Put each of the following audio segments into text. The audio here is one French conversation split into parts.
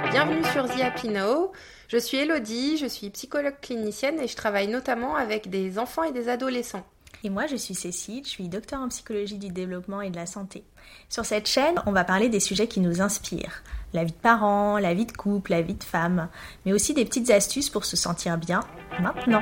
Bienvenue sur The Happy Now. Je suis Elodie, je suis psychologue clinicienne et je travaille notamment avec des enfants et des adolescents. Et moi, je suis Cécile, je suis docteure en psychologie du développement et de la santé. Sur cette chaîne, on va parler des sujets qui nous inspirent. La vie de parents, la vie de couple, la vie de femme, mais aussi des petites astuces pour se sentir bien maintenant.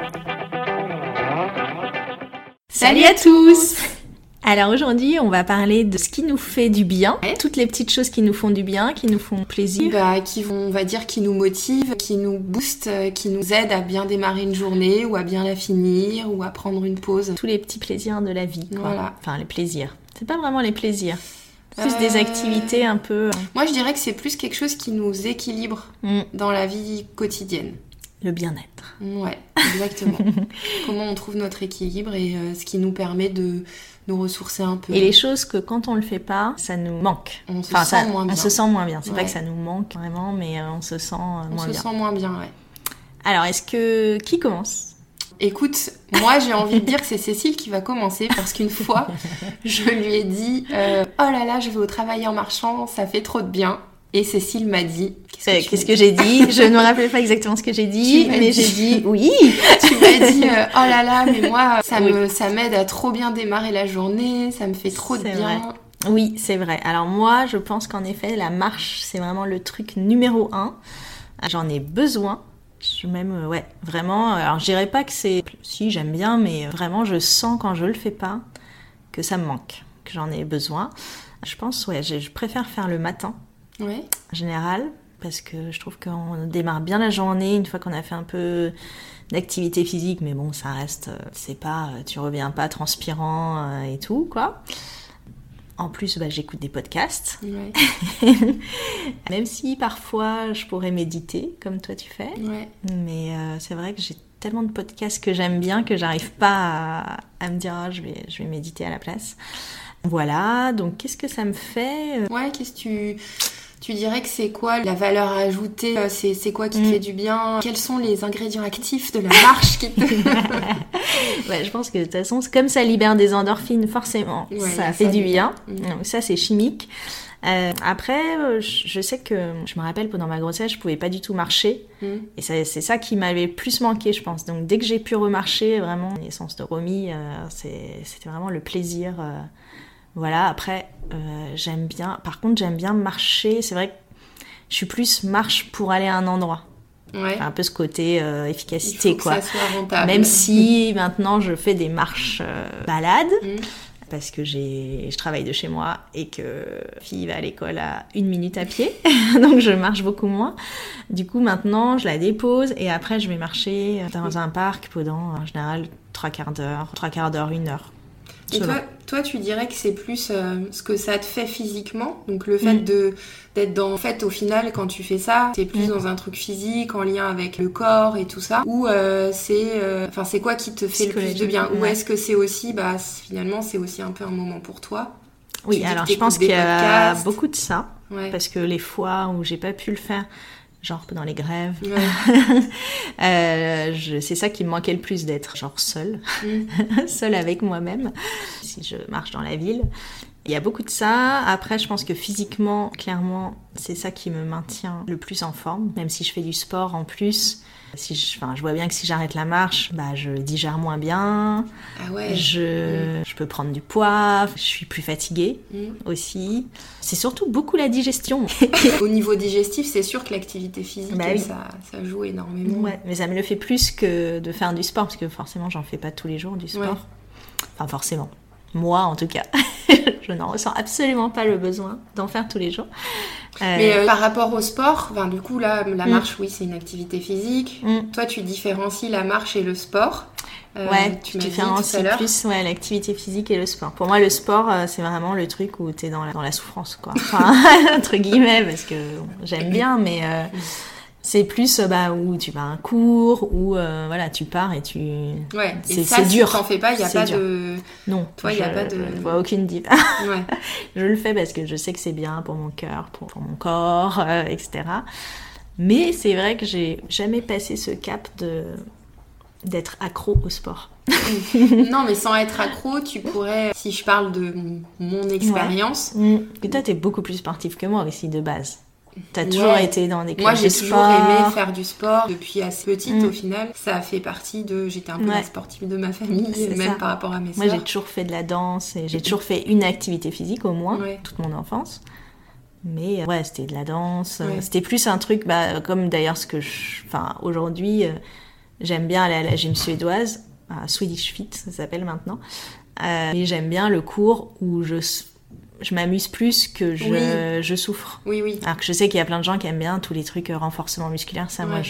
Salut à tous! Alors aujourd'hui, on va parler de ce qui nous fait du bien, toutes les petites choses qui nous font du bien, qui nous font plaisir. Qui vont, on va dire, qui nous motivent, qui nous boostent, qui nous aident à bien démarrer une journée ou à bien la finir ou à prendre une pause. Tous les petits plaisirs de la vie, quoi. Voilà. Enfin, les plaisirs. C'est pas vraiment les plaisirs. Plus des activités un peu... Moi, je dirais que c'est plus quelque chose qui nous équilibre dans la vie quotidienne. Le bien-être. Ouais, exactement. Comment on trouve notre équilibre et ce qui nous permet de nous ressourcer un peu. Et les choses que quand on le fait pas, ça nous manque. On se sent moins bien. On se sent moins bien. C'est pas que ça nous manque vraiment, mais on se sent moins bien. On se sent moins bien, ouais. Alors, qui commence ? Écoute, moi j'ai envie de dire que c'est Cécile qui va commencer parce qu'une fois, je lui ai dit « Oh là là, je vais au travail en marchant, ça fait trop de bien ». Et Cécile m'a dit... Qu'est-ce que j'ai dit ? Je ne me rappelle pas exactement ce que j'ai dit, mais j'ai dit oui. Tu m'as dit « Oh là là, mais moi, ça m'aide à trop bien démarrer la journée, ça me fait trop de bien. » Vrai. Oui, c'est vrai. Alors moi, je pense qu'en effet, la marche, c'est vraiment le truc numéro 1. J'en ai besoin. Vraiment. Alors, je dirais pas que c'est... Si, j'aime bien, mais vraiment, je sens quand je le fais pas que ça me manque, que j'en ai besoin. Je pense, je préfère faire le matin, en général, parce que je trouve qu'on démarre bien la journée une fois qu'on a fait un peu d'activité physique, mais bon, ça reste... c'est pas... Tu reviens pas transpirant et tout, quoi. En plus, j'écoute des podcasts. Ouais. Même si parfois je pourrais méditer, comme toi tu fais. Ouais. Mais c'est vrai que j'ai tellement de podcasts que j'aime bien que j'arrive pas à me dire je vais méditer à la place. Voilà, donc qu'est-ce que ça me fait ? Ouais, qu'est-ce que tu dirais que c'est quoi la valeur ajoutée ? C'est quoi qui te fait du bien ? Quels sont les ingrédients actifs de la marche qui te... Je pense que de toute façon, comme ça libère des endorphines, forcément, ça fait du bien. Donc ça, c'est chimique. Après, je sais que, je me rappelle, pendant ma grossesse, je pouvais pas du tout marcher. Et c'est ça qui m'avait plus manqué, je pense. Donc dès que j'ai pu remarcher, vraiment, l'essence de Romy, c'était vraiment le plaisir... Voilà, après, j'aime bien marcher. C'est vrai que je suis plus marche pour aller à un endroit. Ouais. Enfin, un peu ce côté efficacité, il faut que ça soit rentable. Même si maintenant je fais des marches balades, parce que je travaille de chez moi et que ma fille va à l'école à 1 minute à pied, donc je marche beaucoup moins. Du coup, maintenant, je la dépose et après, je vais marcher dans un parc pendant, en général, 3 quarts d'heure, 1 heure. Et toi, tu dirais que c'est plus ce que ça te fait physiquement, donc le fait d'être dans... En fait, au final, quand tu fais ça, c'est plus dans un truc physique, en lien avec le corps et tout ça, ou c'est quoi qui te fait le plus de bien ? Ou est-ce que c'est aussi, finalement, c'est aussi un peu un moment pour toi ? Oui, alors je pense qu'il y a beaucoup de ça, parce que les fois où j'ai pas pu le faire, genre pendant les grèves, c'est ça qui me manquait le plus, d'être genre seule avec moi-même, si je marche dans la ville. Il y a beaucoup de ça. Après, je pense que physiquement, clairement, c'est ça qui me maintient le plus en forme, même si je fais du sport en plus. Je vois bien que si j'arrête la marche, je digère moins bien. Ah ouais. Je peux prendre du poids. Je suis plus fatiguée aussi. C'est surtout beaucoup la digestion. Au niveau digestif, c'est sûr que l'activité physique, ça joue énormément. Ouais, mais ça me le fait plus que de faire du sport, parce que forcément, j'en fais pas tous les jours du sport. Ouais. Enfin, forcément. Moi, en tout cas, je n'en ressens absolument pas le besoin d'en faire tous les jours. Mais par rapport au sport, du coup, là, la marche, oui, c'est une activité physique. Toi, tu différencies la marche et le sport. Tu différencies plus l'activité physique et le sport. Pour moi, le sport, c'est vraiment le truc où t'es dans la souffrance, quoi. Enfin, entre guillemets, parce que j'aime bien, mais... c'est plus où tu vas à un cours, où tu pars et tu... Ouais, c'est, et ça, c'est dur. Si t'en fais pas, il n'y a pas dur. de... Non, toi, il n'y a pas de... Je vois aucune diff. Ouais. Je le fais parce que je sais que c'est bien pour mon cœur, pour mon corps, etc. Mais c'est vrai que j'ai jamais passé ce cap d'être accro au sport. Non, mais sans être accro, tu pourrais... Si je parle de mon expérience... Et toi, t'es beaucoup plus sportif que moi aussi, de base. T'as toujours été dans des clubs Moi, j'ai de toujours sport. aimé faire du sport depuis assez petite au final. Ça a fait partie de... J'étais un peu la sportive de ma famille, même par rapport à mes sœurs. Moi, j'ai toujours fait de la danse et j'ai toujours fait une activité physique au moins, toute mon enfance. Mais c'était de la danse. C'était plus un truc, comme d'ailleurs aujourd'hui, j'aime bien aller à la gym suédoise, à Swedish Fit, ça s'appelle maintenant. Et j'aime bien le cours où je m'amuse plus que je souffre. Oui. Alors que je sais qu'il y a plein de gens qui aiment bien tous les trucs renforcement musculaire. Ça, moi,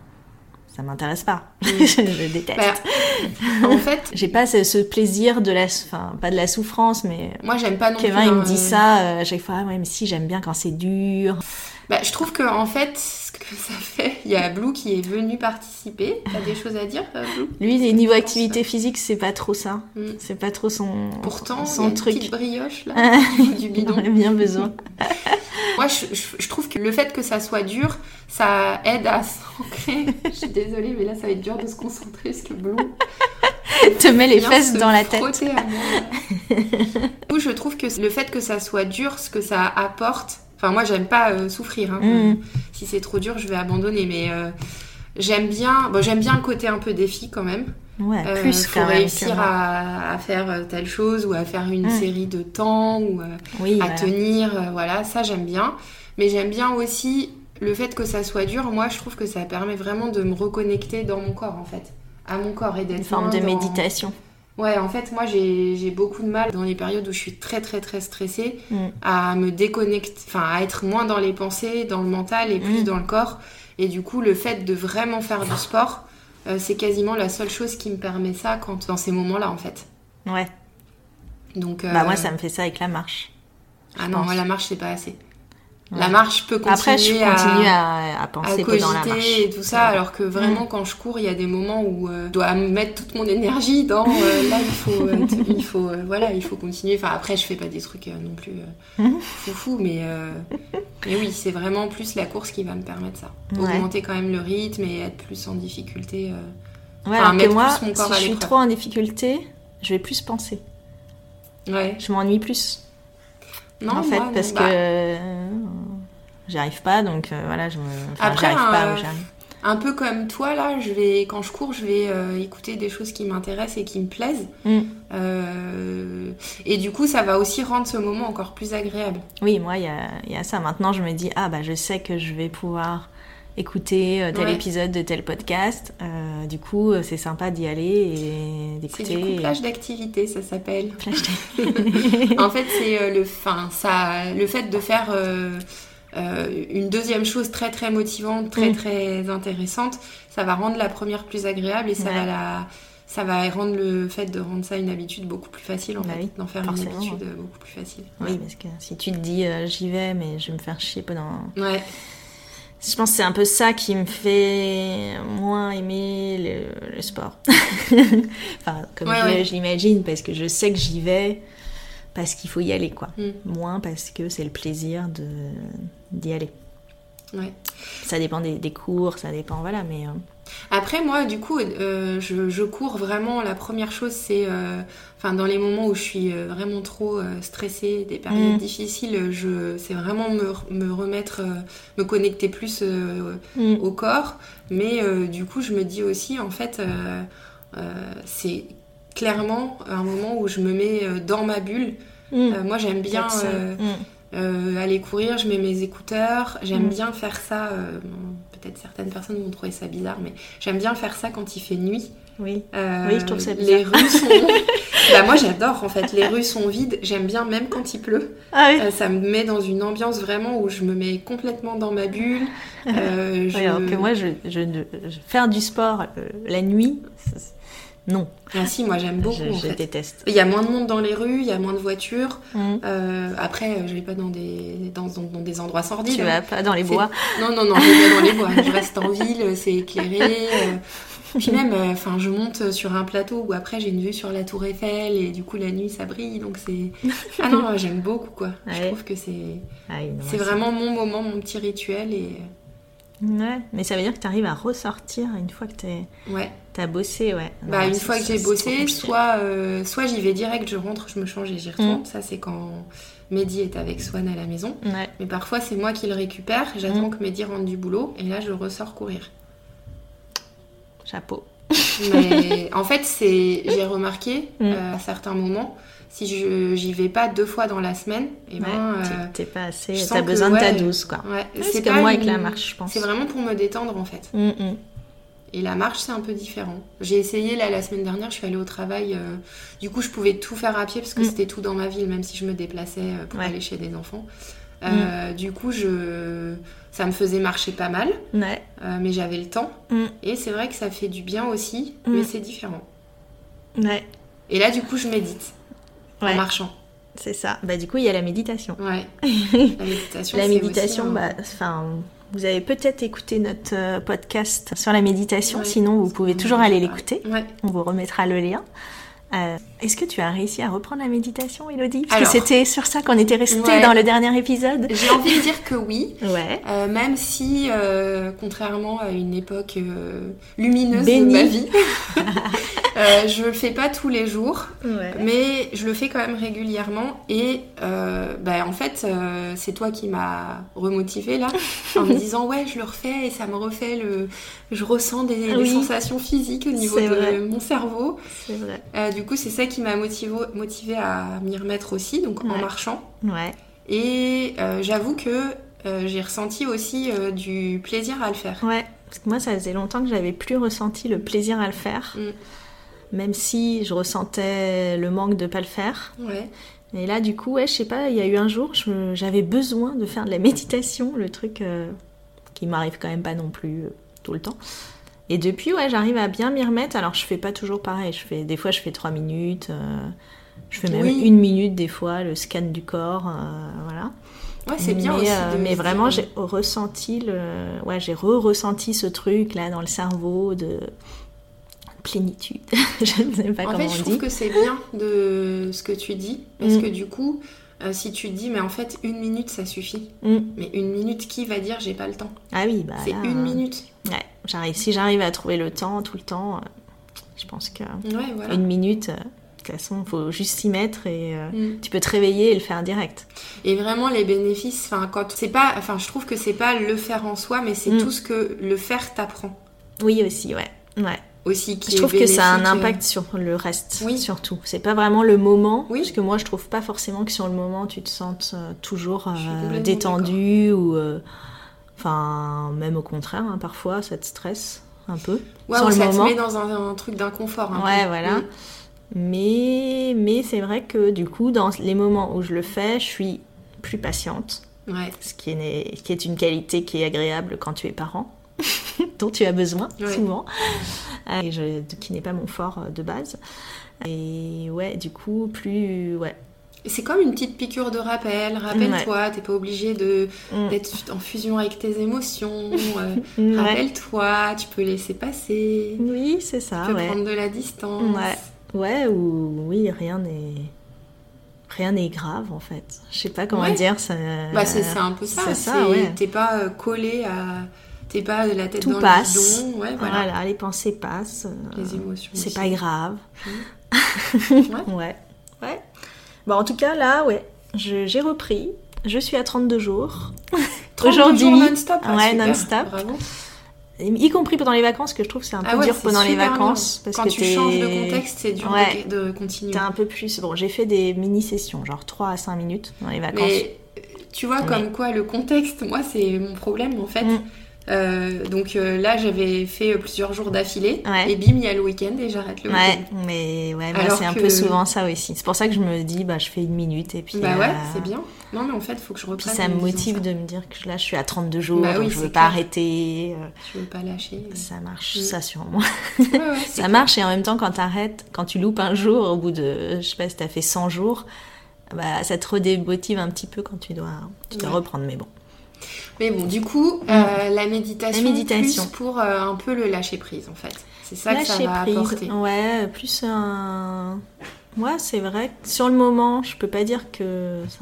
ça m'intéresse pas. Je déteste. En fait, j'ai pas ce plaisir de pas de la souffrance, mais moi, j'aime pas non plus. Kevin, il me dit ça à chaque fois. Mais si, j'aime bien quand c'est dur. Je trouve que en fait, ce que ça fait, il y a Blue qui est venu participer. T'as des choses à dire, Blue? Lui, les niveaux activité physique, c'est pas trop ça. C'est pas trop son. Pourtant, son il y a une truc. Petite brioche là, du bidon. On a bien besoin. Moi, je trouve que le fait que ça soit dur, ça aide à s'ancrer. Je suis désolée, mais là, ça va être dur de se concentrer parce que Blue te met les fesses dans la tête. À moi. Du coup, je trouve que le fait que ça soit dur, ce que ça apporte. Enfin, moi, j'aime pas souffrir. Si c'est trop dur, je vais abandonner. Mais j'aime bien le côté un peu défi quand même. Ouais, plus faut réussir à faire telle chose ou à faire une série de temps ou à tenir. Voilà, ça, j'aime bien. Mais j'aime bien aussi le fait que ça soit dur. Moi, je trouve que ça permet vraiment de me reconnecter dans mon corps, en fait. À mon corps et d'être une forme de méditation. Ouais, en fait, moi, j'ai beaucoup de mal dans les périodes où je suis très, très, très stressée à me déconnecter, à être moins dans les pensées, dans le mental et plus dans le corps. Et du coup, le fait de vraiment faire du sport, c'est quasiment la seule chose qui me permet ça dans ces moments-là, en fait. Ouais. Donc, moi, ça me fait ça avec la marche. Ah non, moi, la marche, c'est pas assez. La marche, je peux continuer, après, je continue à penser pendant la marche. Et tout ça, alors que vraiment, quand je cours, il y a des moments où je dois mettre toute mon énergie dans... là, il faut continuer. Enfin, après, je fais pas des trucs non plus foufou, mais oui, c'est vraiment plus la course qui va me permettre ça. Augmenter quand même le rythme et être plus en difficulté. Mettre moi, plus mon corps si je suis trop en difficulté, je vais plus penser. Ouais. Je m'ennuie plus. Non, en fait, parce que j'y arrive pas, donc Après, j'arrive pas où j'arrive. Un peu comme toi, là, quand je cours, je vais écouter des choses qui m'intéressent et qui me plaisent. Et du coup, ça va aussi rendre ce moment encore plus agréable. Oui, moi, il y a ça. Maintenant, je me dis, je sais que je vais pouvoir écouter tel épisode de tel podcast. Du coup, c'est sympa d'y aller et d'écouter. C'est du coup plage d'activité, ça s'appelle. En fait, c'est le fait de faire une deuxième chose très très motivante, très très intéressante, ça va rendre la première plus agréable et ça va rendre le fait de rendre ça une habitude beaucoup plus facile d'en faire une habitude beaucoup plus facile. Oui, parce que si tu te dis j'y vais mais je vais me faire chier pendant... Ouais. Je pense que c'est un peu ça qui me fait moins aimer le sport. Je l'imagine, parce que je sais que j'y vais parce qu'il faut y aller, quoi. Moins parce que c'est le plaisir d'y aller. Ouais. Ça dépend des cours, ça dépend, mais... Après, moi, du coup, je cours vraiment. La première chose, c'est... dans les moments où je suis vraiment trop stressée, des périodes difficiles, c'est vraiment me remettre, me connecter plus au corps. Mais du coup, je me dis aussi, en fait, c'est clairement un moment où je me mets dans ma bulle. Moi, j'aime bien... aller courir, je mets mes écouteurs, j'aime bien faire ça, peut-être certaines personnes vont trouver ça bizarre, mais j'aime bien faire ça quand il fait nuit. Oui, je trouve ça bizarre. Les rues sont... moi j'adore en fait, les rues sont vides, j'aime bien même quand il pleut. Ça me met dans une ambiance vraiment où je me mets complètement dans ma bulle. Alors que moi, faire du sport la nuit... Non. Ah si, moi j'aime beaucoup. Je déteste. Il y a moins de monde dans les rues, il y a moins de voitures. Après, je vais pas dans des endroits sordides. Tu vas pas dans les bois. Non, je vais pas dans les bois. Je reste en ville, c'est éclairé. Puis même, je monte sur un plateau où après j'ai une vue sur la Tour Eiffel et du coup la nuit ça brille, donc c'est... Ah non, j'aime beaucoup quoi. Je trouve que c'est vraiment mon moment, mon petit rituel et... Ouais, mais ça veut dire que tu arrives à ressortir une fois que t'as bossé, ouais. Bah, une fois que j'ai bossé, soit j'y vais direct, je rentre, je me change et j'y retourne. Ça, c'est quand Mehdi est avec Swan à la maison. Ouais. Mais parfois, c'est moi qui le récupère, j'attends que Mehdi rentre du boulot et là, je ressors courir. Chapeau. Mais en fait, j'ai remarqué à certains moments, si j'y vais pas 2 fois dans la semaine, et t'es pas assez, t'as besoin de ta douce, quoi. Ouais, c'est comme moi avec la marche, je pense. C'est vraiment pour me détendre, en fait. Et la marche, c'est un peu différent. J'ai essayé, là, la semaine dernière, je suis allée au travail. Du coup, je pouvais tout faire à pied parce que c'était tout dans ma ville, même si je me déplaçais pour aller chez des enfants. Du coup, ça me faisait marcher pas mal, mais j'avais le temps. Et c'est vrai que ça fait du bien aussi, mais c'est différent. Ouais. Et là, du coup, je médite en marchant. C'est ça. Bah, du coup, il y a la méditation. Ouais. La méditation, la c'est méditation, aussi, vous avez peut-être écouté notre podcast sur la méditation, sinon vous pouvez toujours aller l'écouter. Ouais. On vous remettra le lien. Est-ce que tu as réussi à reprendre la méditation, Élodie? Parce que c'était sur ça qu'on était resté dans le dernier épisode. J'ai envie de dire que oui. Ouais. Même si, contrairement à une époque lumineuse de ma vie, je le fais pas tous les jours, mais je le fais quand même régulièrement. Et en fait, c'est toi qui m'as remotivée là, en me disant je le refais et ça me refait je ressens des sensations physiques au niveau de mon cerveau. C'est vrai. Du coup, c'est ça qui m'a motivée à m'y remettre aussi, donc en marchant. Ouais. Et j'avoue que j'ai ressenti aussi du plaisir à le faire. Ouais, parce que moi, ça faisait longtemps que j'avais plus ressenti le plaisir à le faire. Même si je ressentais le manque de pas le faire. Ouais. Et là, du coup, je sais pas, il y a eu un jour, j'avais besoin de faire de la méditation, le truc qui m'arrive quand même pas non plus tout le temps. Et depuis, j'arrive à bien m'y remettre. Alors, je fais pas toujours pareil. Des fois, je fais 3 minutes. Je fais même 1 minute, des fois, le scan du corps. Voilà. Ouais, c'est bien aussi. Mais vraiment, j'ai ressenti j'ai ressenti ce truc, là, dans le cerveau de plénitude. Je ne sais pas comment on dit. En fait, je trouve que c'est bien de ce que tu dis. Parce que du coup, si tu dis, mais en fait, 1 minute, ça suffit. Mais 1 minute, qui va dire j'ai pas le temps? Ah oui, bah c'est 1 minute. Ouais, si j'arrive à trouver le temps, tout le temps, je pense que 1 minute, de toute façon, il faut juste s'y mettre et tu peux te réveiller et le faire direct. Et vraiment, les bénéfices, je trouve que c'est pas le faire en soi, mais c'est tout ce que le faire t'apprend. Oui, aussi, ouais. Aussi je trouve que ça a un impact sur le reste, surtout. C'est pas vraiment le moment, parce que moi je trouve pas forcément que sur le moment tu te sentes toujours détendu ou même au contraire, parfois ça te stresse un peu sur le ça moment. Te met dans un truc d'inconfort. Voilà. Mais c'est vrai que du coup dans les moments où je le fais, je suis plus patiente, ce qui est une qualité qui est agréable quand tu es parent. Dont tu as besoin souvent et qui n'est pas mon fort de base et du coup plus c'est comme une petite piqûre de rappelle-toi, t'es pas obligé d'être en fusion avec tes émotions, rappelle-toi, tu peux laisser passer, c'est ça, tu peux prendre de la distance, rien n'est grave en fait, je sais pas comment dire ça. C'est un peu ça, t'es pas collé à... T'es pas la tête tout dans passe. Le bidon. Voilà, les pensées passent. Les émotions c'est aussi. pas grave. Ouais. Bon, en tout cas, là, j'ai repris. Je suis à 32 jours. 32 jours non-stop. Non-stop. Bravo. Y compris pendant les vacances, que je trouve que c'est un peu dur pendant les vacances. Parce quand que tu changes de contexte, c'est dur de continuer. T'es un peu plus... Bon, j'ai fait des mini-sessions, genre 3 à 5 minutes dans les vacances. Mais tu vois, comme quoi, le contexte, moi, c'est mon problème, en fait. Donc là j'avais fait plusieurs jours d'affilée et bim il y a le week-end et j'arrête le week-end. Mais c'est un peu souvent ça aussi. C'est pour ça que je me dis je fais 1 minute et puis c'est bien. Non mais en fait il faut que je reprenne. Puis ça me motive de me dire que là je suis à 32 jours donc je veux pas arrêter. Je veux pas lâcher. Ça marche ça sur moi. Ça marche et en même temps quand t'arrêtes, quand tu loupes un jour au bout de je sais pas si t'as fait 100 jours, ça te redémotive un petit peu quand tu dois reprendre mais bon. Mais bon, du coup, la méditation plus pour un peu le lâcher prise, en fait. C'est ça que ça va apporter. Ouais, plus un... Moi, c'est vrai que sur le moment, je peux pas dire que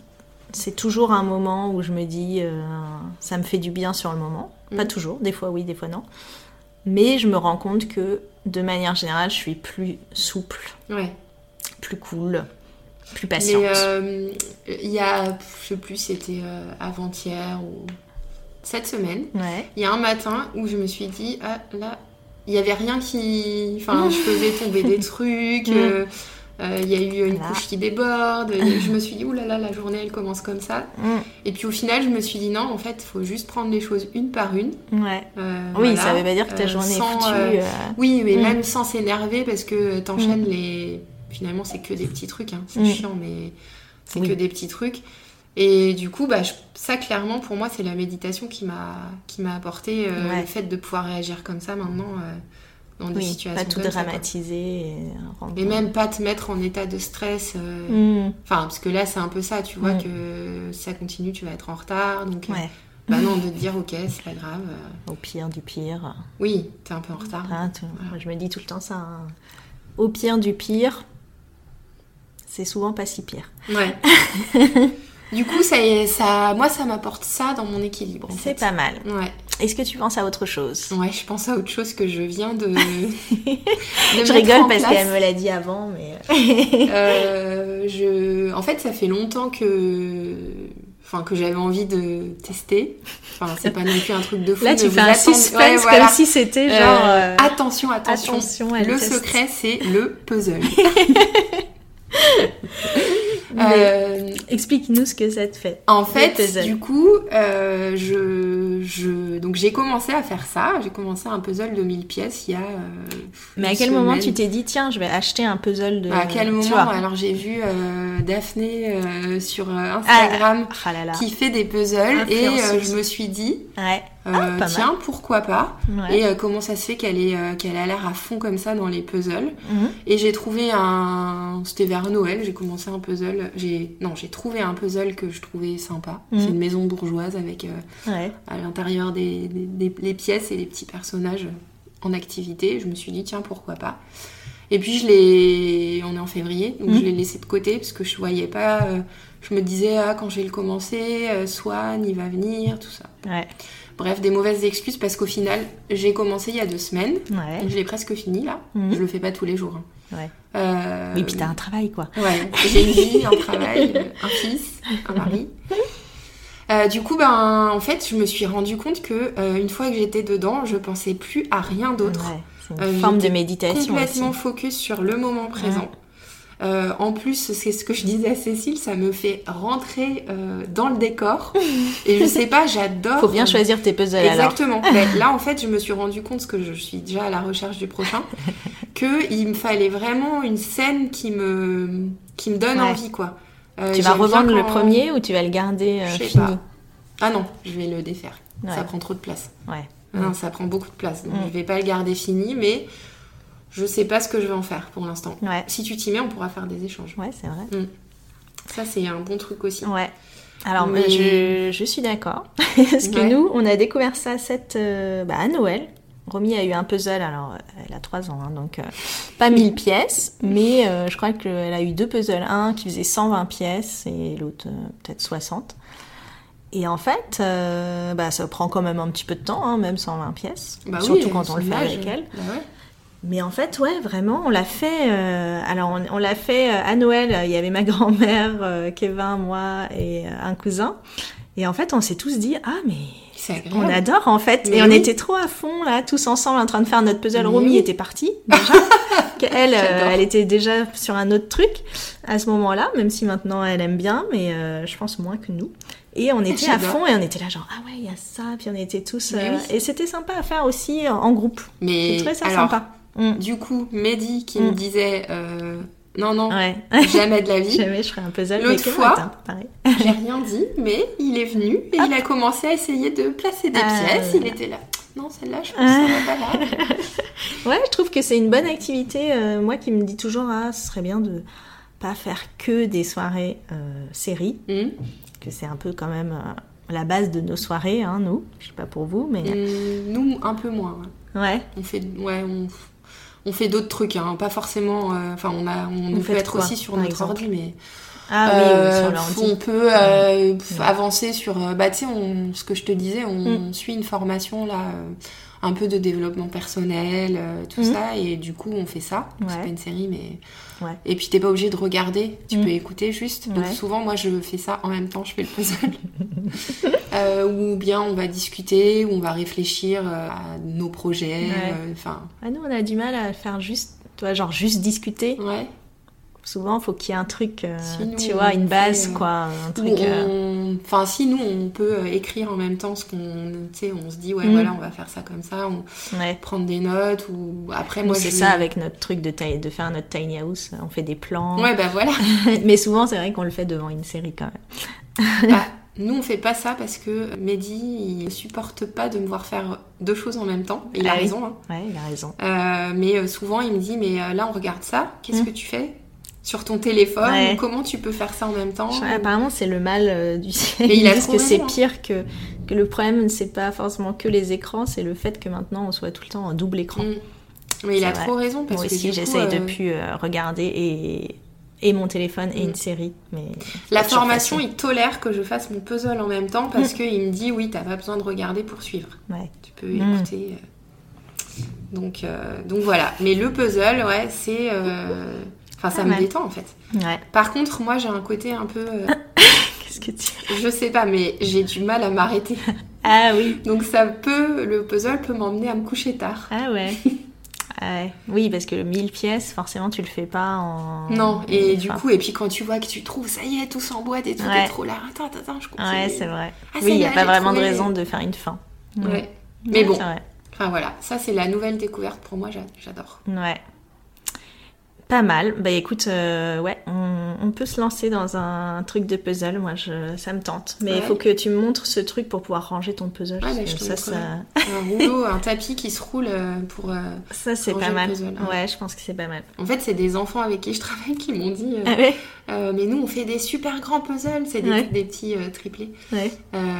c'est toujours un moment où je me dis ça me fait du bien sur le moment. Pas toujours, des fois oui, des fois non. Mais je me rends compte que de manière générale, je suis plus souple, plus cool, plus patiente. Mais il y a, je sais plus, c'était avant-hier ou cette semaine, il y a un matin où je me suis dit, ah là, il n'y avait rien qui... Enfin, je faisais tomber des trucs... il y a eu une couche qui déborde, je me suis dit oulala, la journée elle commence comme ça. Et puis au final je me suis dit non, en fait il faut juste prendre les choses une par une. Oui, ça veut pas dire que ta journée est foutue. Oui, mais même sans s'énerver parce que t'enchaînes les... Finalement c'est que des petits trucs, hein. C'est chiant mais c'est que des petits trucs. Et du coup ça clairement pour moi c'est la méditation qui m'a apporté le fait de pouvoir réagir comme ça maintenant. Dans des situations pas tout dramatiser et même pas te mettre en état de stress parce que là c'est un peu ça, tu vois que si ça continue tu vas être en retard donc non, de te dire ok c'est pas grave, au pire du pire t'es un peu en retard, voilà. Moi, je me dis tout le temps ça, hein. Au pire du pire c'est souvent pas si pire. Du coup moi ça m'apporte ça dans mon équilibre c'est pas mal. Est-ce que tu penses à autre chose? Je pense à autre chose que je viens de je rigole parce qu'elle me l'a dit avant, mais... En fait, ça fait longtemps que j'avais envie de tester. Enfin, c'est pas non plus un truc de fou. Là, tu fais un suspense comme si c'était genre... Attention, le secret, c'est le puzzle. Explique-nous ce que ça te fait. En fait, du coup, donc j'ai commencé à faire ça. J'ai commencé un puzzle de 1000 pièces il y a. Mais à quel moment tu t'es dit tiens, je vais acheter un puzzle de. À quel moment? Alors j'ai vu Daphné sur Instagram qui fait des puzzles et je me suis dit. Tiens, pourquoi pas. Et comment ça se fait qu'elle a l'air à fond comme ça dans les puzzles. Et j'ai trouvé c'était vers Noël, j'ai commencé un puzzle. J'ai trouvé un puzzle que je trouvais sympa. C'est une maison bourgeoise avec à l'intérieur les pièces et les petits personnages en activité. Je me suis dit tiens, pourquoi pas. Et puis on est en février, donc je l'ai laissé de côté parce que je voyais pas... je me disais quand je vais le commencer, Swan il va venir, tout ça. Bref, des mauvaises excuses parce qu'au final, j'ai commencé il y a 2 semaines. Et je l'ai presque fini là. Je le fais pas tous les jours. Et puis t'as un travail quoi. J'ai une vie, un travail, un fils, un mari. Du coup, en fait, je me suis rendu compte que une fois que j'étais dedans, je pensais plus à rien d'autre. C'est une forme de méditation complètement aussi. Focus sur le moment présent. En plus, c'est ce que je disais à Cécile, ça me fait rentrer dans le décor. Et je sais pas, j'adore. Faut bien choisir tes puzzles alors. Exactement. Là, en fait, je me suis rendu compte, parce que je suis déjà à la recherche du prochain, qu'il me fallait vraiment une scène qui me donne envie, quoi. Tu vas revendre le premier ou tu vas le garder fini? Pas. Ah non, je vais le défaire. Ça prend trop de place. Non, ça prend beaucoup de place. Donc je vais pas le garder fini, mais je sais pas ce que je vais en faire pour l'instant. Si tu t'y mets, on pourra faire des échanges. C'est vrai. Ça, c'est un bon truc aussi. Alors, je suis d'accord. Parce que nous, on a découvert ça à Noël. Romy a eu un puzzle, alors elle a 3 ans, hein, donc pas 1000 pièces, mais je crois qu'elle a eu 2 puzzles, un qui faisait 120 pièces et l'autre peut-être 60. Et en fait, ça prend quand même un petit peu de temps, hein, même 120 pièces, surtout quand on le fait avec elle. Mais en fait, vraiment, on l'a fait... alors, on l'a fait à Noël, il y avait ma grand-mère, Kevin, moi et un cousin. Et en fait, on s'est tous dit, mais... On adore en fait, et on était trop à fond là, tous ensemble en train de faire notre puzzle. Romy était partie déjà, elle était déjà sur un autre truc à ce moment-là, même si maintenant elle aime bien, mais je pense moins que nous. Et on était à fond et on était là genre il y a ça, puis on était tous et c'était sympa à faire aussi en groupe. Mais j'ai trouvé ça sympa. Du coup, Mehdi qui me disait non, jamais de la vie. Jamais je ferai un puzzle. L'autre fois, j'ai rien dit, mais il est venu et il a commencé à essayer de placer des pièces. Il était là. Non, celle-là, je pense que ça va pas là. Je trouve que c'est une bonne activité. Moi qui me dis toujours, ce serait bien de pas faire que des soirées séries. Que c'est un peu quand même la base de nos soirées, hein, nous. Je sais pas pour vous, mais... nous, un peu moins. On fait d'autres trucs, hein, pas forcément... on peut être aussi sur notre ordi, mais Ah oui, sur le on handi. peut avancer sur... tu sais, ce que je te disais, on suit une formation là, un peu de développement personnel, tout ça, et du coup on fait ça. Ouais. C'est pas une série, mais... Ouais. Et puis t'es pas obligé de regarder, tu peux écouter juste. Donc souvent moi je fais ça en même temps, je fais le puzzle. Ou bien on va discuter, ou on va réfléchir à nos projets. Nous on a du mal à faire juste discuter. Ouais. Souvent, il faut qu'il y ait un truc, Si nous, une base, quoi, un truc... si nous, on peut écrire en même temps ce qu'on... Tu sais, on se dit, voilà, on va faire ça comme ça, prendre des notes, ou après, moi, c'est ça, avec notre truc de faire notre tiny house, on fait des plans. Ouais, voilà. Mais souvent, c'est vrai qu'on le fait devant une série, quand même. Nous, on fait pas ça parce que Mehdi, il supporte pas de me voir faire 2 choses en même temps. Et il a raison, hein. Ouais, il a raison. Mais souvent, il me dit, mais là, on regarde ça, qu'est-ce que tu fais sur ton téléphone, ou comment tu peux faire ça en même temps. Apparemment, c'est le mal du ciel. Mais ils disent que c'est pire que le problème, c'est pas forcément que les écrans, c'est le fait que maintenant, on soit tout le temps en double écran. Mais il a trop raison. Parce Moi aussi, j'essaye de plus regarder et mon téléphone et une série. Mais la formation, il tolère que je fasse mon puzzle en même temps parce qu'il me dit, oui, t'as pas besoin de regarder pour suivre. Ouais. Tu peux écouter. Donc voilà. Mais le puzzle, c'est... ça me détend, en fait. Ouais. Par contre, moi, j'ai un côté un peu... Qu'est-ce que tu... Je sais pas, mais j'ai du mal à m'arrêter. Ah oui. Donc le puzzle peut m'emmener à me coucher tard. Ah ouais. Oui, parce que le 1000 pièces, forcément, tu le fais pas en... Non, et du coup, et puis quand tu vois que tu trouves, ça y est, tout s'emboîte et tout est trop là. Attends, je continue. Ouais, c'est vrai. Oui, il n'y a pas vraiment de raison de faire une fin. Ouais. Mais bon, c'est vrai. Enfin voilà, ça c'est la nouvelle découverte pour moi, j'adore. Ouais. Pas mal. Bah écoute, on peut se lancer dans un truc de puzzle. Moi, ça me tente. Mais il faut que tu me montres ce truc pour pouvoir ranger ton puzzle. Ouais, je te un rouleau, un tapis qui se roule pour ça, c'est pas mal. Ouais, je pense que c'est pas mal. En fait, c'est des enfants avec qui je travaille qui m'ont dit mais nous, on fait des super grands puzzles. C'est des petits triplés. Ouais.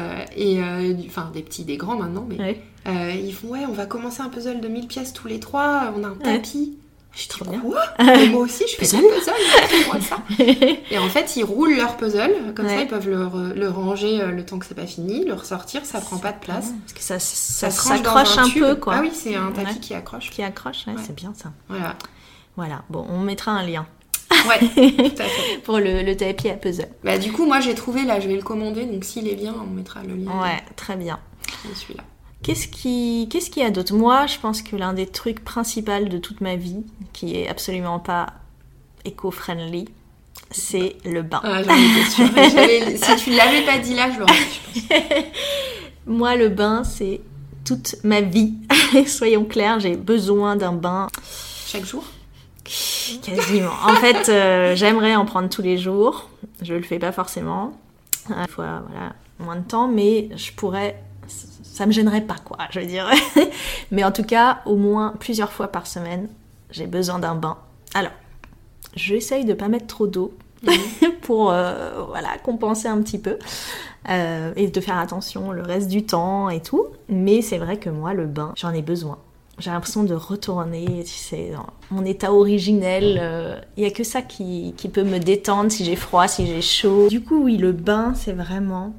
Des grands maintenant. Mais ils font, on va commencer un puzzle de 1000 pièces tous les 3. On a un tapis. Je dis, quoi ? Mais moi aussi, je fais des puzzles, moi ça. Et en fait, ils roulent leur puzzle, comme ça, ils peuvent le ranger le temps que c'est pas fini, le ressortir, ça prend pas de place. Parce que ça s'accroche un peu, quoi. Ah oui, c'est un tapis qui accroche. Qui accroche, c'est bien ça. Voilà. Bon, on mettra un lien. Ouais, tout à fait. Pour le tapis à puzzle. Bah, du coup, moi, j'ai trouvé, là, je vais le commander, donc s'il est bien, on mettra le lien. Ouais, très bien. Et celui-là. Qu'est-ce qu'il y a d'autre ? Moi, je pense que l'un des trucs principaux de toute ma vie, qui est absolument pas éco-friendly, c'est le bain. Ah, j'en étais sûre. Si tu l'avais pas dit là, je l'aurais dit, je pense. Moi, le bain, c'est toute ma vie. Soyons clairs, j'ai besoin d'un bain. Chaque jour ? Quasiment. En fait, j'aimerais en prendre tous les jours. Je le fais pas forcément. Une fois, moins de temps, mais je pourrais... Ça me gênerait pas, quoi, je veux dire. Mais en tout cas, au moins plusieurs fois par semaine, j'ai besoin d'un bain. Alors, j'essaye de pas mettre trop d'eau pour compenser un petit peu et de faire attention le reste du temps et tout. Mais c'est vrai que moi, le bain, j'en ai besoin. J'ai l'impression de retourner, tu sais, dans mon état originel. Il y a que ça qui peut me détendre si j'ai froid, si j'ai chaud. Du coup, oui, le bain, c'est vraiment...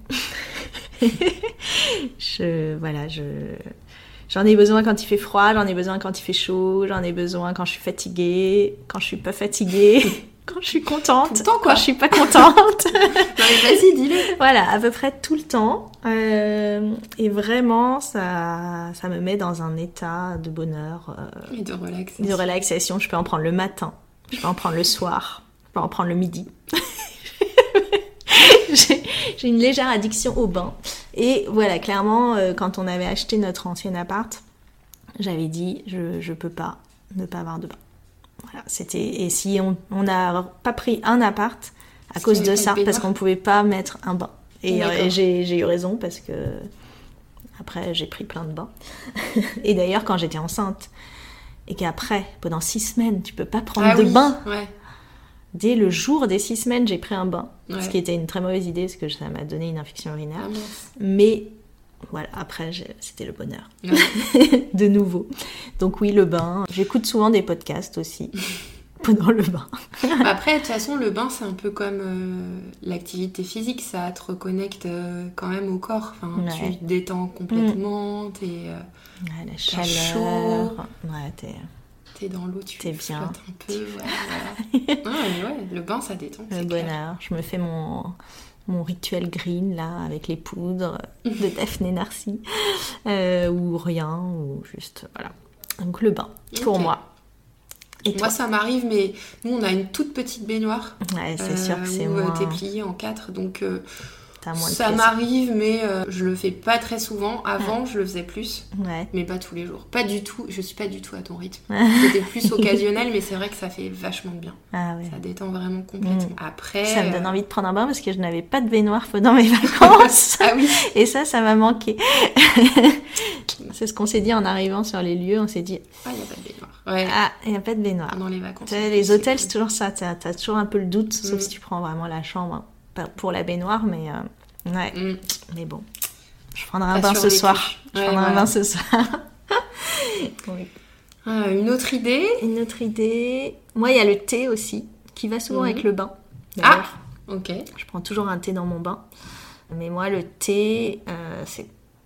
J'en ai besoin quand il fait froid, j'en ai besoin quand il fait chaud, j'en ai besoin quand je suis fatiguée, quand je suis pas fatiguée, quand je suis contente, tout le temps, quoi. Quand je suis pas contente. Non mais vas-y, dis-le. Voilà, à peu près tout le temps. Et vraiment, ça me met dans un état de bonheur. Et de relaxation. De relaxation. Je peux en prendre le matin, je peux en prendre le soir, je peux en prendre le midi. J'ai une légère addiction au bain. Et voilà, clairement, quand on avait acheté notre ancien appart, j'avais dit, je peux pas ne pas avoir de bain. Voilà, et si on n'a pas pris un appart à cause de ça, parce qu'on pouvait pas mettre un bain. Et j'ai eu raison, parce que après, j'ai pris plein de bains. Et d'ailleurs, quand j'étais enceinte, et qu'après, pendant 6 semaines, tu peux pas prendre de bain. Ouais. Dès le jour des 6 semaines, j'ai pris un bain. Ce qui était une très mauvaise idée, parce que ça m'a donné une infection urinaire. Mais voilà, après, c'était le bonheur. De nouveau. Donc oui, le bain. J'écoute souvent des podcasts aussi. pendant le bain. Après, de toute façon, le bain, c'est un peu comme l'activité physique. Ça te reconnecte quand même au corps. Enfin, Ouais. tu te détends complètement. Ouais, la T'as chaleur. chaud. Ouais, T'es dans l'eau, tu T'es bien. flottes un peu. Voilà. Ouais, le bain, ça détend. le c'est clair. bonheur. Je me fais mon rituel green, là, avec les poudres de Daphné Narcy. Ou rien, ou juste, voilà. Donc le bain, pour Ok. moi. Et Moi, toi? ça m'arrive, mais nous, on a une toute petite baignoire. Ouais, c'est sûr que c'est où moins... t'es plié en 4. Donc, T'as moins de ça plaisir. m'arrive, mais je le fais pas très souvent. Avant, je le faisais plus. Ouais. Mais pas tous les jours. Pas du tout. Je suis pas du tout à ton rythme. C'était plus occasionnel, mais c'est vrai que ça fait vachement de bien. Ah ouais. Ça détend vraiment complètement. Après... Ça me donne envie de prendre un bain parce que je n'avais pas de baignoire pendant mes vacances. Ah oui. Et ça m'a manqué. C'est ce qu'on s'est dit en arrivant sur les lieux. On s'est dit, Ah, il n'y a pas de baignoire. Ouais. ah, il n'y a pas de baignoire. Pendant les vacances. Tu sais, les hôtels, c'est toujours ça. T'as toujours un peu le doute, sauf si tu prends vraiment la chambre pour la baignoire. Mais ouais, mais bon. Je prendrai un Pas bain sur ce les soir. couches. Je Ouais, prendrai un voilà. bain ce soir. Oui. Une autre idée. Une autre idée. Moi, il y a le thé aussi, qui va souvent avec le bain. Ah, D'ailleurs. ok. Je prends toujours un thé dans mon bain. Mais moi, le thé, c'est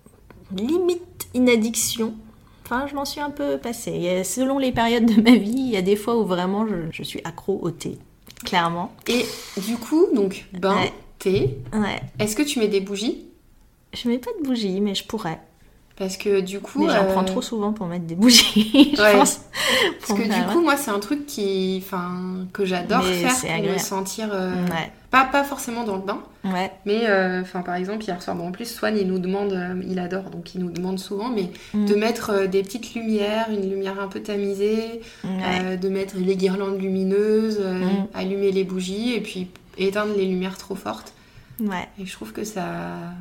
limite une addiction. Enfin, je m'en suis un peu passée. Selon les périodes de ma vie, il y a des fois où vraiment je suis accro au thé. Clairement. Et du coup, donc, bain, Ouais. thé. Ouais. Est-ce que tu mets des bougies? Je mets pas de bougies, mais je pourrais. Parce que du coup... Mais j'en prends trop souvent pour mettre des bougies, je Ouais. pense. Parce que du coup, moi, c'est un truc que j'adore Mais faire c'est pour me agréable. sentir... Ouais. Pas forcément dans le bain, Ouais. mais par exemple, hier soir, bon, en plus, Swan, il nous demande, il adore, donc il nous demande souvent, mais de mettre des petites lumières, une lumière un peu tamisée, Ouais. de mettre les guirlandes lumineuses, allumer les bougies, et puis éteindre les lumières trop fortes. Ouais. Et je trouve que ça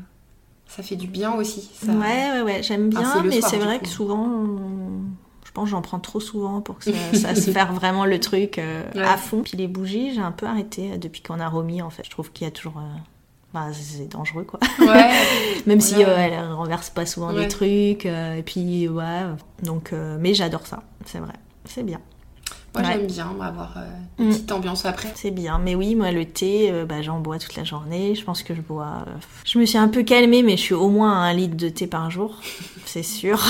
fait du bien aussi. Ça... Ouais, j'aime bien, c'est le mais soir, c'est du vrai coup. que souvent, je pense que j'en prends trop souvent pour que ça se fasse vraiment le truc à fond. Puis les bougies, j'ai un peu arrêté depuis qu'on a remis, en fait. Je trouve qu'il y a toujours... c'est dangereux, quoi. Ouais. Même si Voilà. elle renverse pas souvent Ouais. des trucs. Et puis, ouais. Donc, mais j'adore ça, c'est vrai. C'est bien. Moi, Ouais. j'aime bien avoir une petite ambiance après. C'est bien, mais oui, moi le thé, j'en bois toute la journée. Je pense que je bois. Je me suis un peu calmée, mais je suis au moins à 1 litre de thé par jour, c'est sûr.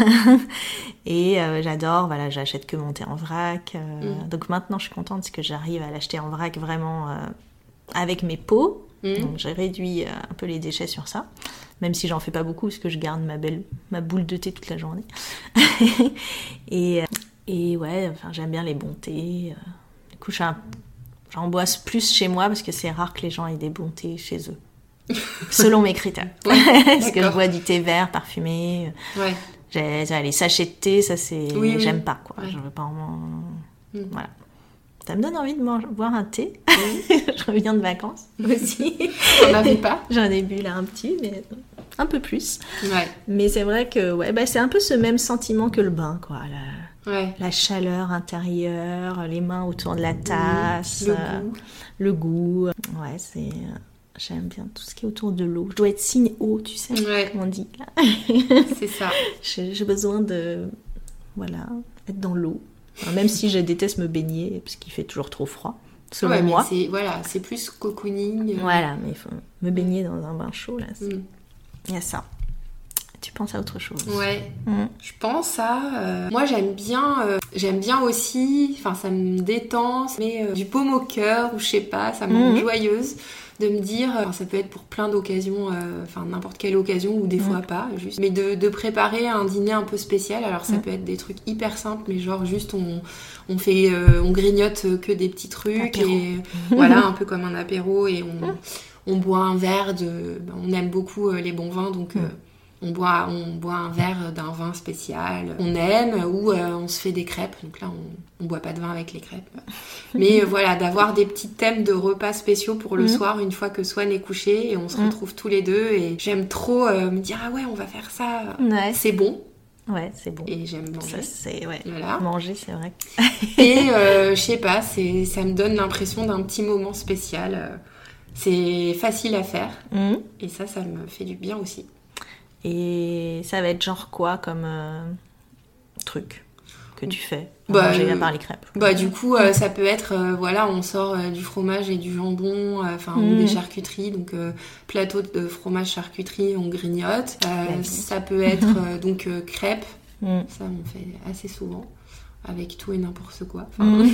Et j'adore, voilà, j'achète que mon thé en vrac. Donc maintenant, je suis contente parce que j'arrive à l'acheter en vrac vraiment avec mes pots. Donc j'ai réduit un peu les déchets sur ça, même si j'en fais pas beaucoup parce que je garde ma boule de thé toute la journée. Et ouais, enfin, j'aime bien les bons thés. Du coup, j'en bois plus chez moi parce que c'est rare que les gens aient des bons thés chez eux. Selon mes critères. Ouais, parce que je d'accord. bois du thé vert parfumé. Ouais. Les sachets de thé, ça c'est... Oui. J'aime pas, quoi. Ouais. Je veux pas en... Voilà. Ça me donne envie de boire un thé. Oui. Je reviens de vacances aussi. On n'avait pas. J'en ai bu là un petit, mais un peu plus. Ouais. Mais c'est vrai que c'est un peu ce même sentiment que le bain, quoi. Ouais. La chaleur intérieure, les mains autour de la tasse, Le goût. Ouais, j'aime bien tout ce qui est autour de l'eau. Je dois être signe eau, tu sais, Ouais. comme on dit. C'est ça. J'ai besoin de, être dans l'eau. Enfin, même si je déteste me baigner, parce qu'il fait toujours trop froid, selon Ouais, mais moi. c'est plus cocooning. Voilà, mais il faut me baigner dans un bain chaud, là. Il y a ça. Tu penses à autre chose? Ouais. Je pense à... moi, j'aime bien aussi... Enfin, ça me détend, mais du baume au cœur, ou je sais pas, ça me rend joyeuse de me dire... ça peut être pour plein d'occasions, n'importe quelle occasion, ou des fois pas, juste. Mais de préparer un dîner un peu spécial. Alors, ça peut être des trucs hyper simples, mais genre juste on grignote que des petits trucs. Apéro. Et voilà, un peu comme un apéro, et on boit un verre on aime beaucoup les bons vins, donc... On boit un verre d'un vin spécial on aime, ou on se fait des crêpes. Donc là, on boit pas de vin avec les crêpes. Mais voilà, d'avoir des petits thèmes de repas spéciaux pour le soir, une fois que Swan est couché, et on se retrouve tous les deux. Et j'aime trop me dire, ah ouais, on va faire ça. Ouais. C'est bon. Ouais, c'est bon. Et j'aime Ça, manger. c'est, Voilà. Manger, c'est vrai. Et je sais pas, ça me donne l'impression d'un petit moment spécial. C'est facile à faire. Et ça me fait du bien aussi. Et ça va être genre quoi comme truc que tu fais manger à part les crêpes? Du coup, ça peut être, on sort du fromage et du jambon, ou des charcuteries, donc plateau de fromage charcuterie, on grignote. Ça peut être crêpes, ça on fait assez souvent. Avec tout et n'importe quoi.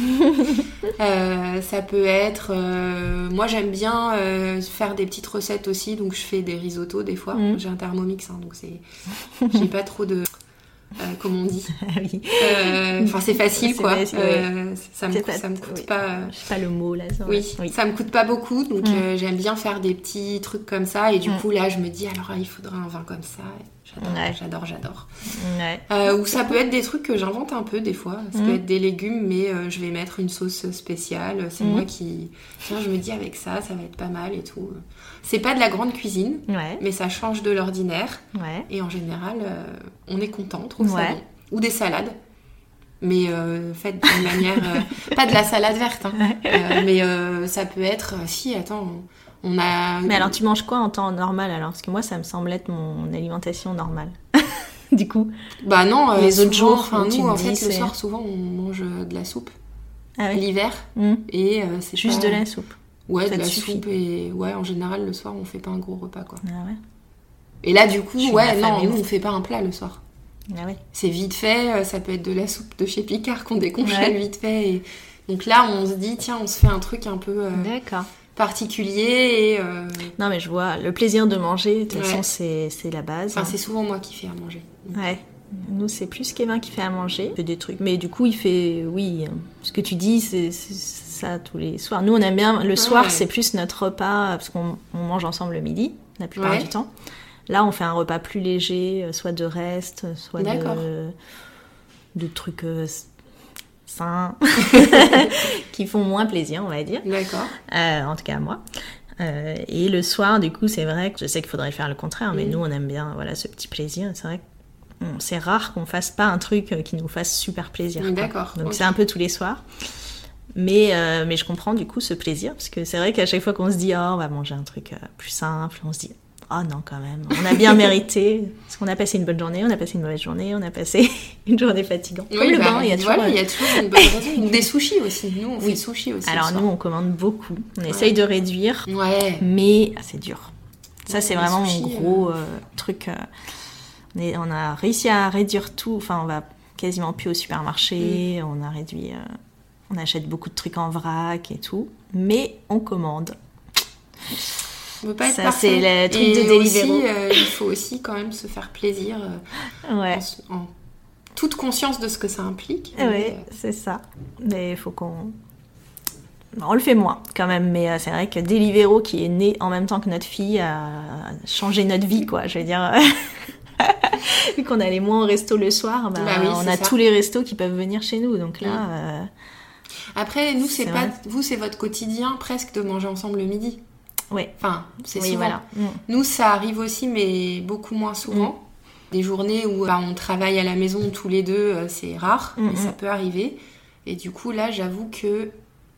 Ça peut être... moi, j'aime bien faire des petites recettes aussi. Donc, je fais des risottos des fois. J'ai un Thermomix, donc j'ai pas trop de... comment on dit? Oui. C'est facile, quoi. Facile, ça me coûte pas... Je sais pas le mot, là. Oui, ça me coûte pas beaucoup. Donc, j'aime bien faire des petits trucs comme ça. Et du coup, là, je me dis, alors, il faudra un vin comme ça. J'adore. Ouais. Ou ça peut être des trucs que j'invente un peu des fois. Ça peut être des légumes, mais je vais mettre une sauce spéciale. C'est moi qui... Tiens, je me dis avec ça va être pas mal et tout. C'est pas de la grande cuisine, mais ça change de l'ordinaire. Ouais. Et en général, on est content, on trouve ça bon. Ou des salades. Mais faites d'une manière... pas de la salade verte, mais ça peut être... Mais alors, tu manges quoi en temps normal alors? Parce que moi, ça me semble être mon alimentation normale. Du coup. Non, les autres jours, nous, en fait, le soir, souvent, on mange de la soupe. Ah oui. L'hiver. Et c'est juste de la soupe. Ouais, ça de la soupe. Et en général, le soir, on fait pas un gros repas, quoi. Ah ouais. Et là, du coup, nous, on fait pas un plat le soir. Ah ouais. C'est vite fait. Ça peut être de la soupe de chez Picard qu'on décongèle vite fait. Et... Donc là, on se dit, tiens, on se fait un truc un peu... D'accord. particulier et Non mais je vois, le plaisir de manger, de toute façon c'est la base. C'est souvent moi qui fais à manger. Ouais. Nous c'est plus Kevin qui fait à manger, il fait des trucs. Mais du coup il fait, ce que tu dis c'est ça tous les soirs. Nous on aime bien, le soir c'est plus notre repas, parce qu'on mange ensemble le midi, la plupart du temps. Là on fait un repas plus léger, soit de reste, soit de trucs... sains qui font moins plaisir, on va dire. D'accord. En tout cas à moi. Et le soir, du coup, c'est vrai que je sais qu'il faudrait faire le contraire, mais nous, on aime bien ce petit plaisir. C'est vrai que c'est rare qu'on fasse pas un truc qui nous fasse super plaisir. D'accord. Donc c'est un peu tous les soirs. Mais je comprends du coup ce plaisir, parce que c'est vrai qu'à chaque fois qu'on se dit on va manger un truc plus simple, on se dit oh non, quand même, on a bien mérité, parce qu'on a passé une bonne journée, on a passé une mauvaise journée, on a passé une journée fatigante. Oui, comme le bain, il y a toujours une bonne raison. Ou des sushis aussi, nous on fait sushis aussi. Alors nous on commande beaucoup, on essaye de réduire, mais c'est dur. Ça c'est vraiment mon gros truc. On a réussi à réduire tout, enfin on va quasiment plus au supermarché, on a réduit, on achète beaucoup de trucs en vrac et tout, mais on commande. On peut pas être ça, parfait. C'est le truc de Deliveroo. Il faut aussi quand même se faire plaisir en toute conscience de ce que ça implique. Oui, c'est ça. Mais il faut qu'on... On le fait moins quand même, mais c'est vrai que Deliveroo, qui est né en même temps que notre fille, a changé notre vie, quoi. Je veux dire... Vu qu'on allait moins au resto le soir, on a tous les restos qui peuvent venir chez nous. Donc là... Après, nous, c'est pas... Vous, c'est votre quotidien presque de manger ensemble le midi. Oui. Enfin, c'est souvent. Voilà. Nous, ça arrive aussi, mais beaucoup moins souvent. Des journées où on travaille à la maison tous les deux, c'est rare, mais ça peut arriver. Et du coup, là, j'avoue que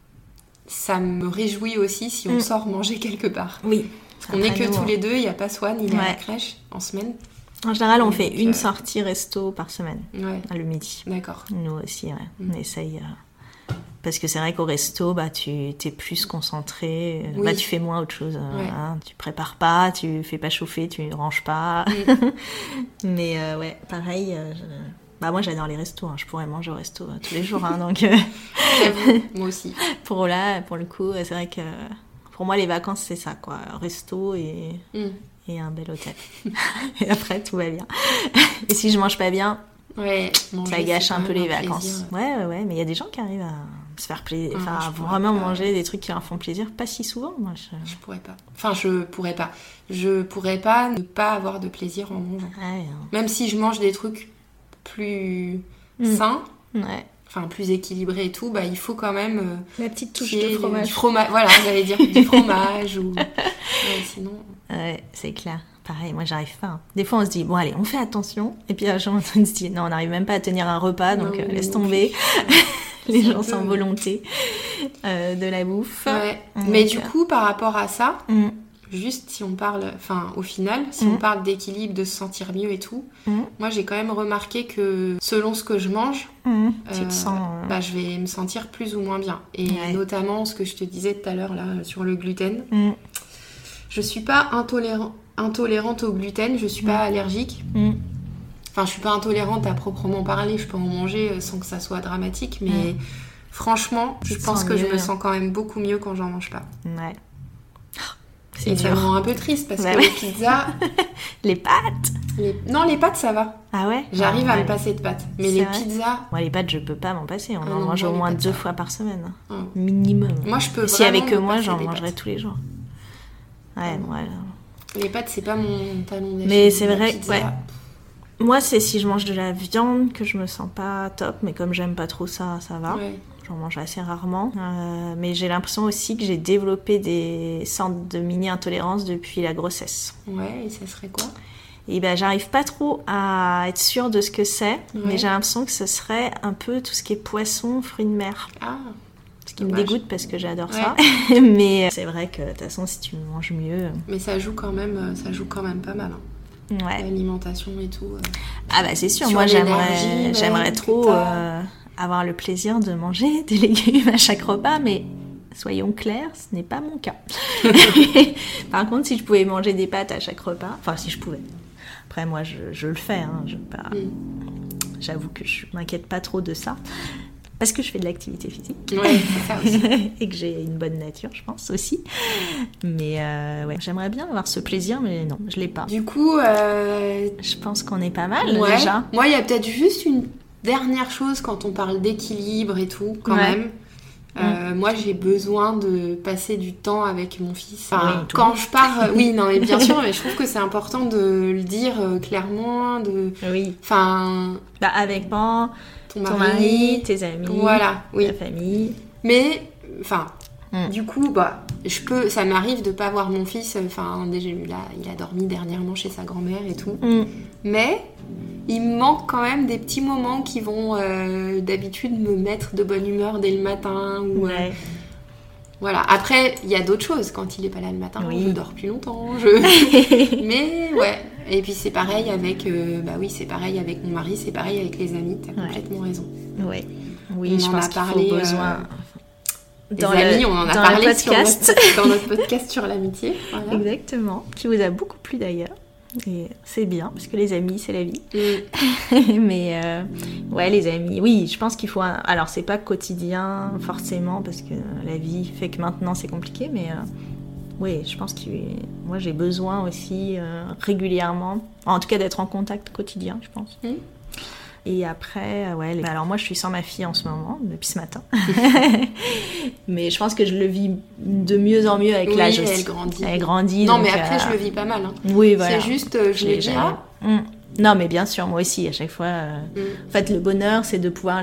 ça me réjouit aussi si on sort manger quelque part. Oui. Parce qu'on n'est que tous les deux, il n'y a pas Swan, il est à la crèche en semaine. En général, on fait une sortie resto par semaine, le midi. D'accord. Nous aussi, on essaye... Parce que c'est vrai qu'au resto, tu t'es plus concentré, tu fais moins autre chose. Tu prépares pas, tu fais pas chauffer, tu ranges pas. Mais pareil. Moi, j'adore les restos. Je pourrais manger au resto tous les jours. Donc, j'avoue, moi aussi. Pour le coup, c'est vrai que pour moi, les vacances, c'est ça, quoi. Resto et un bel hôtel. Et après, tout va bien. Et si je mange pas bien... ça gâche un peu les vacances. Ouais, mais il y a des gens qui arrivent à se faire plaisir, vraiment manger des trucs qui leur font plaisir, pas si souvent. Moi, je pourrais pas. Enfin, je pourrais pas. Je pourrais pas ne pas avoir de plaisir en mangeant. Même si je mange des trucs plus sains, enfin plus équilibrés et tout, il faut quand même la petite touche de fromage. Du fromage. Voilà, j'allais dire du fromage ou sinon. Ouais, c'est clair. Pareil, moi j'arrive pas. Des fois on se dit bon allez on fait attention et puis on se dit non on n'arrive même pas à tenir un repas donc laisse tomber. Les gens sans volonté de la bouffe. Ouais. Mais du coup par rapport à ça, juste si on parle, enfin au final, si on parle d'équilibre, de se sentir mieux et tout, moi j'ai quand même remarqué que selon ce que je mange, tu te sens... je vais me sentir plus ou moins bien. Et notamment ce que je te disais tout à l'heure là sur le gluten. Je suis pas intolérante au gluten, je suis pas allergique. Enfin, je suis pas intolérante à proprement parler, je peux en manger sans que ça soit dramatique, mais franchement, je pense que je me sens quand même beaucoup mieux quand j'en mange pas. Ouais. Et ça me rend un peu triste parce que les pizzas... Les pâtes Non, les pâtes, ça va. Ah ouais? J'arrive à me passer de pâtes. Mais les pizzas... Moi, les pâtes, je peux pas m'en passer. On en mange au moins 2 fois par semaine. Minimum. Moi, je peux si vraiment... avec que moi, j'en mangerais tous les jours. Ouais, voilà. Les pâtes, c'est pas mon talon d'Achille. Mais c'est vrai, Moi, c'est si je mange de la viande que je me sens pas top, mais comme j'aime pas trop ça, ça va. Ouais. J'en mange assez rarement. Mais j'ai l'impression aussi que j'ai développé des sortes de mini-intolérances depuis la grossesse. Ouais, et ça serait quoi? Et j'arrive pas trop à être sûre de ce que c'est, mais j'ai l'impression que ce serait un peu tout ce qui est poisson, fruits de mer. Ah. Ce qui me dégoûte parce que j'adore ça. Mais c'est vrai que de toute façon, si tu manges mieux... Mais ça joue quand même pas mal. Ouais. L'alimentation et tout. Ah bah c'est sûr, moi j'aimerais trop avoir le plaisir de manger des légumes à chaque repas, mais soyons clairs, ce n'est pas mon cas. Par contre, si je pouvais manger des pâtes à chaque repas, enfin si je pouvais. Après moi je le fais, j'avoue que je m'inquiète pas trop de ça. Parce que je fais de l'activité physique. Ouais, c'est ça aussi. Et que j'ai une bonne nature, je pense, aussi. Mais j'aimerais bien avoir ce plaisir, mais non, je l'ai pas. Du coup... Je pense qu'on est pas mal, déjà. Moi, il y a peut-être juste une dernière chose quand on parle d'équilibre et tout, quand même. Moi, j'ai besoin de passer du temps avec mon fils. Enfin, quand je pars... oui, non, mais bien sûr, mais je trouve que c'est important de le dire clairement. Oui. Enfin... avec moi... Ton mari, tes amis, ta famille. Mais, du coup, ça m'arrive de pas voir mon fils. Enfin, déjà, il a dormi dernièrement chez sa grand-mère et tout. Mais il me manque quand même des petits moments qui vont d'habitude me mettre de bonne humeur dès le matin. Voilà. Après, il y a d'autres choses. Quand il est pas là le matin, je dors plus longtemps. Mais ouais. Et puis c'est pareil avec, c'est pareil avec mon mari, c'est pareil avec les amis. T'as complètement raison. Oui, je pense qu'il faut besoin. On en a parlé dans notre podcast sur l'amitié. Voilà. Exactement. Qui vous a beaucoup plu d'ailleurs. Et c'est bien parce que les amis, c'est la vie. Mais les amis, oui, je pense qu'il faut. Alors c'est pas quotidien forcément parce que la vie fait que maintenant c'est compliqué, mais. Oui, je pense que moi j'ai besoin aussi régulièrement, en tout cas d'être en contact quotidien, je pense. Et après, alors moi je suis sans ma fille en ce moment, depuis ce matin. Mais je pense que je le vis de mieux en mieux avec l'âge aussi. Elle grandit. Non, mais après je le vis pas mal. Oui, voilà. C'est juste, je l'ai déjà. Non, mais bien sûr, moi aussi, à chaque fois. En fait, le bonheur, c'est de pouvoir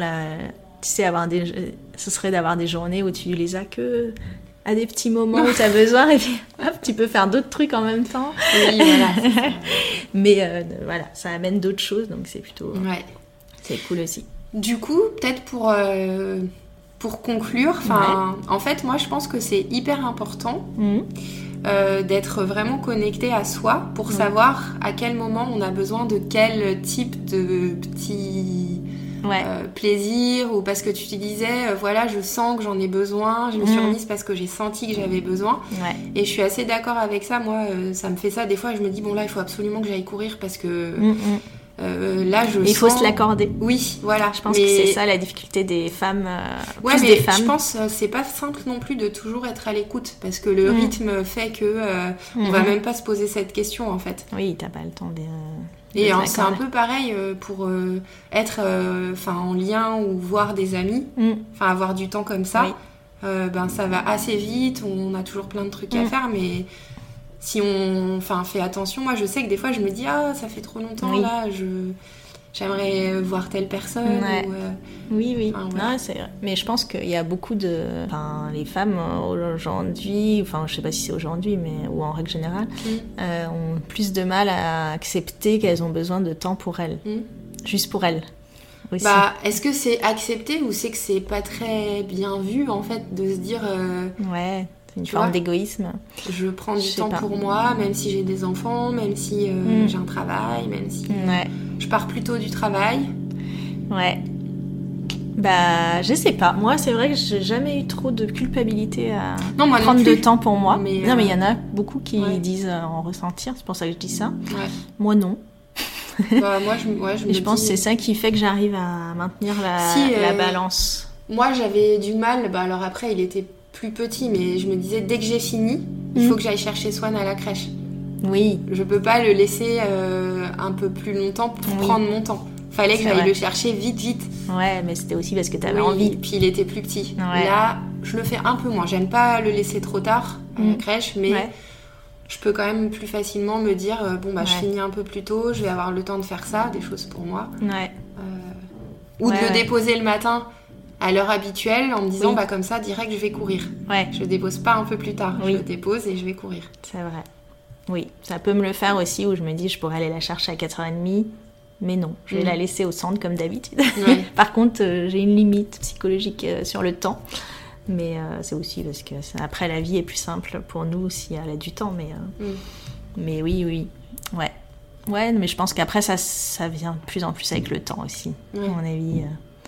ce serait d'avoir des journées où tu les as que... à des petits moments où tu as besoin et puis hop, tu peux faire d'autres trucs en même temps. Oui, voilà. C'est ça. Mais ça amène d'autres choses, donc c'est plutôt... c'est cool aussi. Du coup, peut-être pour conclure, en fait, moi, je pense que c'est hyper important d'être vraiment connecté à soi pour savoir à quel moment on a besoin de quel type de petits... plaisir, ou parce que tu te disais je sens que j'en ai besoin, je me suis remise parce que j'ai senti que j'avais besoin, et je suis assez d'accord avec ça. Moi ça me fait ça des fois, je me dis il faut absolument que j'aille courir parce que là il faut se l'accorder. Oui, voilà, je pense que c'est ça la difficulté des femmes, mais des femmes. Je pense c'est pas simple non plus de toujours être à l'écoute parce que le rythme fait que on va même pas se poser cette question en fait. Oui, t'as pas le temps de... Et c'est un peu pareil pour être en lien ou voir des amis, avoir du temps comme ça. Ça va assez vite, on a toujours plein de trucs à faire, mais si on fait attention, moi je sais que des fois je me dis ça fait trop longtemps là, j'aimerais voir telle personne. Oui. Non, c'est vrai. Mais je pense qu'il y a beaucoup de... les femmes aujourd'hui, je sais pas si c'est aujourd'hui, ou en règle générale, ont plus de mal à accepter qu'elles ont besoin de temps pour elles. Juste pour elles. Aussi. Est-ce que c'est accepté ou c'est que c'est pas très bien vu, en fait, de se dire... une forme d'égoïsme. Je prends du temps pour moi, même si j'ai des enfants, même si j'ai un travail, même si je pars plus tôt du travail. Ouais. Bah, je sais pas. Moi, c'est vrai que j'ai jamais eu trop de culpabilité à prendre de temps pour moi. Non, mais il y en a beaucoup qui disent en ressentir. C'est pour ça que je dis ça. Ouais. Moi, non. Bah, je pense que c'est ça qui fait que j'arrive à maintenir la balance. Moi, j'avais du mal. Bah, alors après, il était plus petit, mais je me disais, dès que j'ai fini, il faut que j'aille chercher Swan à la crèche. Oui. Je peux pas le laisser un peu plus longtemps pour prendre mon temps. Fallait que j'aille le chercher vite. Ouais, mais c'était aussi parce que t'avais envie. Puis il était plus petit. Ouais. Là, je le fais un peu moins. J'aime pas le laisser trop tard à la crèche, mais je peux quand même plus facilement me dire je finis un peu plus tôt, je vais avoir le temps de faire ça, des choses pour moi. Ouais. Ou de le déposer le matin à l'heure habituelle en me disant comme ça, direct, je vais courir. Ouais. Je le dépose pas un peu plus tard. Je le dépose et je vais courir. C'est vrai. Oui, ça peut me le faire aussi où je me dis je pourrais aller la chercher à 4h30. Mais non, je vais la laisser au centre comme d'habitude. Ouais. Par contre, j'ai une limite psychologique sur le temps. Mais c'est aussi parce que après, la vie est plus simple pour nous si elle a du temps. Mais oui. Ouais, mais je pense qu'après, ça vient de plus en plus avec le temps aussi, à mon avis.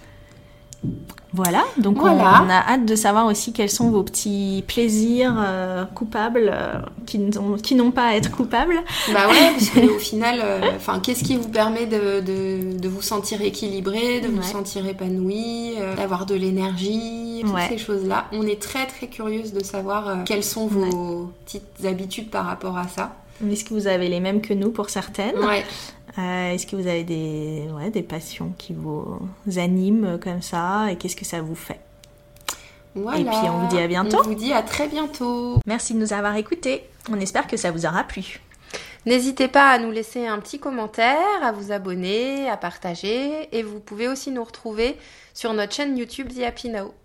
Voilà, donc on a hâte de savoir aussi quels sont vos petits plaisirs coupables qui n'ont pas à être coupables. Bah ouais, parce qu'au final, qu'est-ce qui vous permet de vous sentir équilibré, de vous sentir épanoui, d'avoir de l'énergie, toutes ces choses-là. On est très très curieuse de savoir quelles sont vos petites habitudes par rapport à ça. Est-ce que vous avez les mêmes que nous pour certaines ? Ouais. Est-ce que vous avez des passions qui vous animent comme ça ? Et qu'est-ce que ça vous fait ? Voilà. Et puis on vous dit à bientôt. On vous dit à très bientôt. Merci de nous avoir écoutés. On espère que ça vous aura plu. N'hésitez pas à nous laisser un petit commentaire, à vous abonner, à partager. Et vous pouvez aussi nous retrouver sur notre chaîne YouTube The Happy Now.